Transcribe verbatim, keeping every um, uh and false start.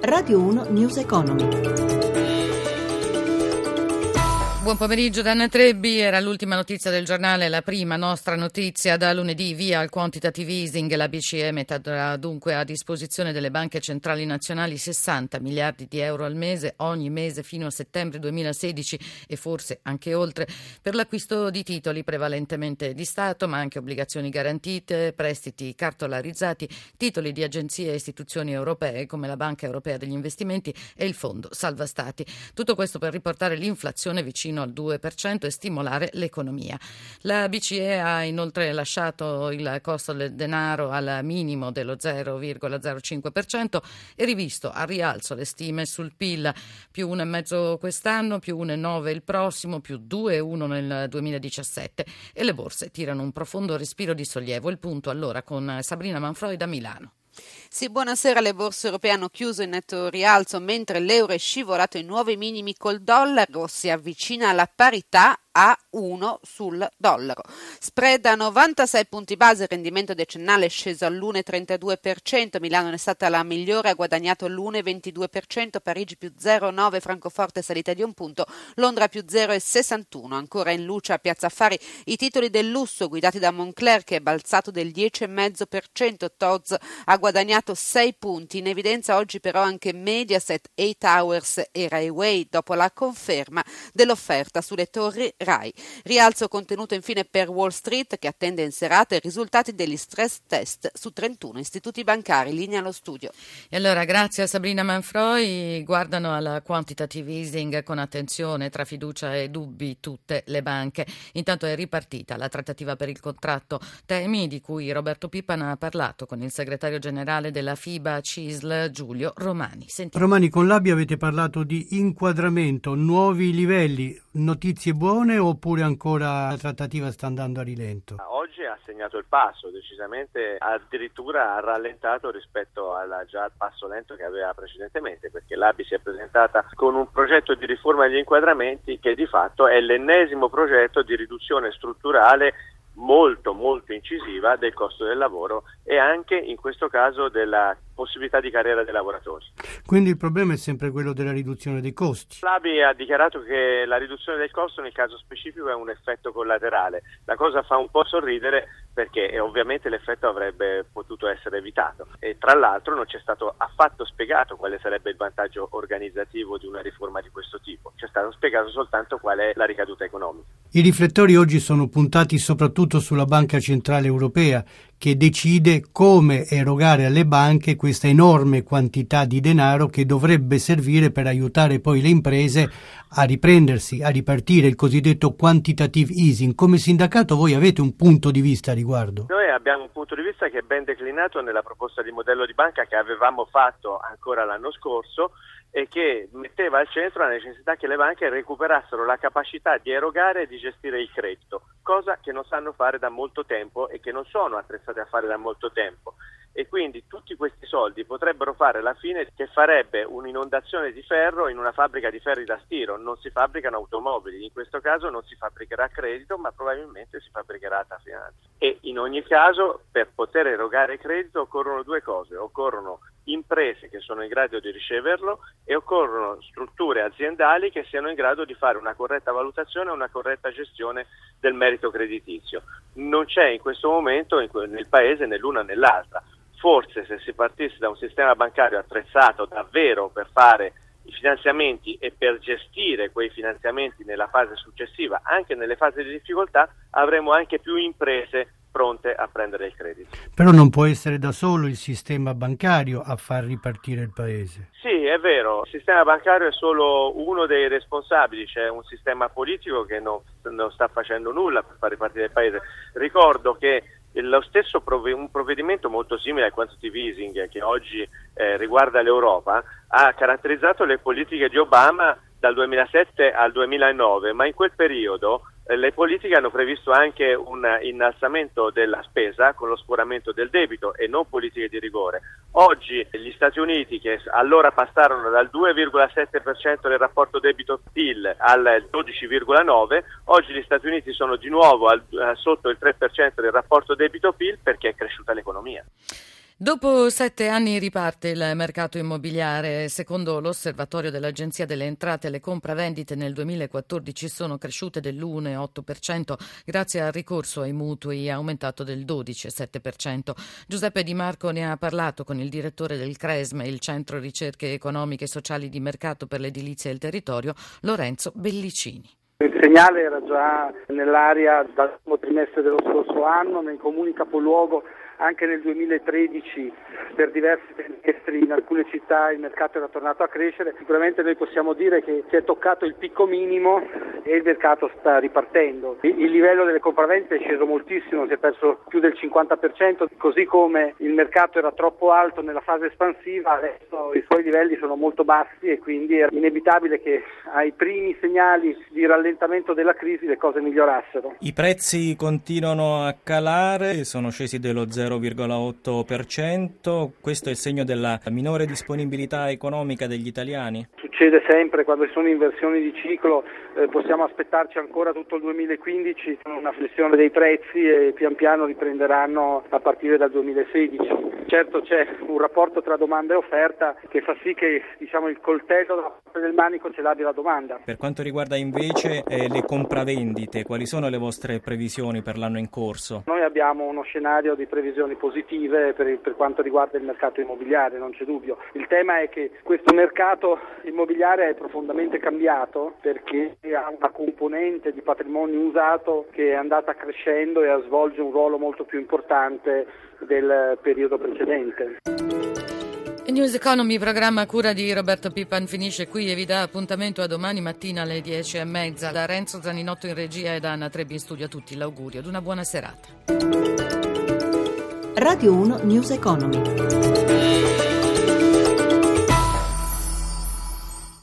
Radio uno News Economy. Buon pomeriggio da Anna Trebbi, era l'ultima notizia del giornale, la prima nostra notizia da lunedì. Via al quantitative easing, la B C E metterà dunque a disposizione delle banche centrali nazionali sessanta miliardi di euro al mese, ogni mese fino a settembre duemilasedici e forse anche oltre, per l'acquisto di titoli prevalentemente di Stato, ma anche obbligazioni garantite, prestiti cartolarizzati, titoli di agenzie e istituzioni europee come la Banca Europea degli Investimenti e il Fondo Salva Stati. Tutto questo per riportare l'inflazione vicino al due per cento e stimolare l'economia. La B C E ha inoltre lasciato il costo del denaro al minimo dello zero virgola zero cinque per cento e rivisto a rialzo le stime sul P I L, più uno virgola cinque quest'anno, più uno virgola nove il prossimo, più due virgola uno nel duemiladiciassette, e le borse tirano un profondo respiro di sollievo. Il punto allora con Sabrina Manfroi da Milano. Sì, buonasera. Le borse europee hanno chiuso in netto rialzo mentre l'euro è scivolato ai nuovi minimi col dollaro, si avvicina alla parità a uno sul dollaro. Spread a novantasei punti base, il rendimento decennale è sceso all'uno virgola trentadue per cento, Milano è stata la migliore, ha guadagnato l'uno virgola ventidue per cento, Parigi più zero virgola nove, Francoforte è salita di un punto, Londra più zero virgola sessantuno. Ancora in luce a Piazza Affari i titoli del lusso guidati da Moncler che è balzato del dieci virgola cinque per cento, Tod's ha guadagnato sei punti, in evidenza oggi però anche Mediaset, Eight Hours e Rai Way dopo la conferma dell'offerta sulle torri Rai. Rialzo contenuto infine per Wall Street che attende in serata i risultati degli stress test su trentuno istituti bancari. Linea allo studio. E allora grazie a Sabrina Manfroi. Guardano al quantitative easing con attenzione, tra fiducia e dubbi tutte le banche. Intanto è ripartita la trattativa per il contratto Temi di cui Roberto Pippan ha parlato con il segretario generale della FIBA C I S L Giulio Romani. Sentiamo. Romani, con l'A B I avete parlato di inquadramento, nuovi livelli, notizie buone oppure ancora la trattativa sta andando a rilento? Oggi ha segnato il passo, decisamente addirittura ha rallentato rispetto al già al passo lento che aveva precedentemente, perché l'A B I si è presentata con un progetto di riforma degli inquadramenti che di fatto è l'ennesimo progetto di riduzione strutturale molto molto incisiva del costo del lavoro e anche in questo caso della possibilità di carriera dei lavoratori. Quindi il problema è sempre quello della riduzione dei costi. L'A B I ha dichiarato che la riduzione del costo nel caso specifico è un effetto collaterale. La cosa fa un po' sorridere perché ovviamente l'effetto avrebbe potuto essere evitato e tra l'altro non ci è stato affatto spiegato quale sarebbe il vantaggio organizzativo di una riforma di questo tipo. Ci è stato spiegato soltanto qual è la ricaduta economica. I riflettori oggi sono puntati soprattutto sulla Banca Centrale Europea che decide come erogare alle banche questa enorme quantità di denaro che dovrebbe servire per aiutare poi le imprese a riprendersi, a ripartire, il cosiddetto quantitative easing. Come sindacato voi avete un punto di vista a riguardo? Noi abbiamo un punto di vista che è ben declinato nella proposta di modello di banca che avevamo fatto ancora l'anno scorso e che metteva al centro la necessità che le banche recuperassero la capacità di erogare e di gestire il credito, cosa che non sanno fare da molto tempo e che non sono attrezzate a fare da molto tempo. E quindi tutti questi soldi potrebbero fare la fine che farebbe un'inondazione di ferro in una fabbrica di ferri da stiro. Non si fabbricano automobili, in questo caso non si fabbricherà credito, ma probabilmente si fabbricherà alta finanza. E in ogni caso, per poter erogare credito occorrono due cose: occorrono imprese che sono in grado di riceverlo e occorrono strutture aziendali che siano in grado di fare una corretta valutazione e una corretta gestione del merito creditizio. Non c'è in questo momento in que- nel paese né l'una né l'altra. Forse se si partisse da un sistema bancario attrezzato davvero per fare i finanziamenti e per gestire quei finanziamenti nella fase successiva, anche nelle fasi di difficoltà, avremo anche più imprese pronte a prendere il credito. Però non può essere da solo il sistema bancario a far ripartire il paese. Sì, è vero, il sistema bancario è solo uno dei responsabili, c'è un sistema politico che non, non sta facendo nulla per far ripartire il paese. Ricordo che lo stesso prov- un provvedimento molto simile al quantitative easing che oggi eh, riguarda l'Europa ha caratterizzato le politiche di Obama dal duemilasette al duemilanove, ma in quel periodo eh, le politiche hanno previsto anche un innalzamento della spesa con lo sforamento del debito e non politiche di rigore. Oggi gli Stati Uniti, che allora passarono dal due virgola sette per cento del rapporto debito-P I L al dodici virgola nove per cento, oggi gli Stati Uniti sono di nuovo al, sotto il tre per cento del rapporto debito-P I L perché è cresciuta l'economia. Dopo sette anni riparte il mercato immobiliare. Secondo l'osservatorio dell'Agenzia delle Entrate, le compravendite nel duemilaquattordici sono cresciute dell'uno virgola otto per cento grazie al ricorso ai mutui, aumentato del dodici virgola sette per cento. Giuseppe Di Marco ne ha parlato con il direttore del CRESM, il Centro Ricerche Economiche e Sociali di Mercato per l'Edilizia e il Territorio, Lorenzo Bellicini. Il segnale era già nell'aria dal primo trimestre dello scorso anno, nei comuni capoluogo. Anche nel duemilatredici per diversi trimestri in alcune città il mercato era tornato a crescere. Sicuramente noi possiamo dire che si è toccato il picco minimo e il mercato sta ripartendo. Il livello delle compravendite è sceso moltissimo, si è perso più del cinquanta per cento, così come il mercato era troppo alto nella fase espansiva, adesso i suoi livelli sono molto bassi e quindi è inevitabile che ai primi segnali di rallentamento della crisi le cose migliorassero. I prezzi continuano a calare, sono scesi dello zero virgola otto per cento, questo è il segno della minore disponibilità economica degli italiani? Succede sempre quando ci sono inversioni di ciclo, eh, possiamo aspettarci ancora tutto il duemilaquindici una flessione dei prezzi e pian piano riprenderanno a partire dal duemilasedici. Certo c'è un rapporto tra domanda e offerta che fa sì che diciamo il coltello dalla parte del manico ce l'abbia la domanda. Per quanto riguarda invece eh, le compravendite, quali sono le vostre previsioni per l'anno in corso? Noi abbiamo uno scenario di previsioni positive per, per quanto riguarda il mercato immobiliare, non c'è dubbio. Il tema è che questo mercato immobiliare è profondamente cambiato perché ha una componente di patrimonio usato che è andata crescendo e a svolge un ruolo molto più importante del periodo precedente. News Economy, programma a cura di Roberto Pippan, finisce qui e vi dà appuntamento a domani mattina alle dieci e mezza. Da Renzo Zaninotto in regia e da Anna Trebbi in studio a tutti l'augurio di una buona serata. Radio uno News Economy.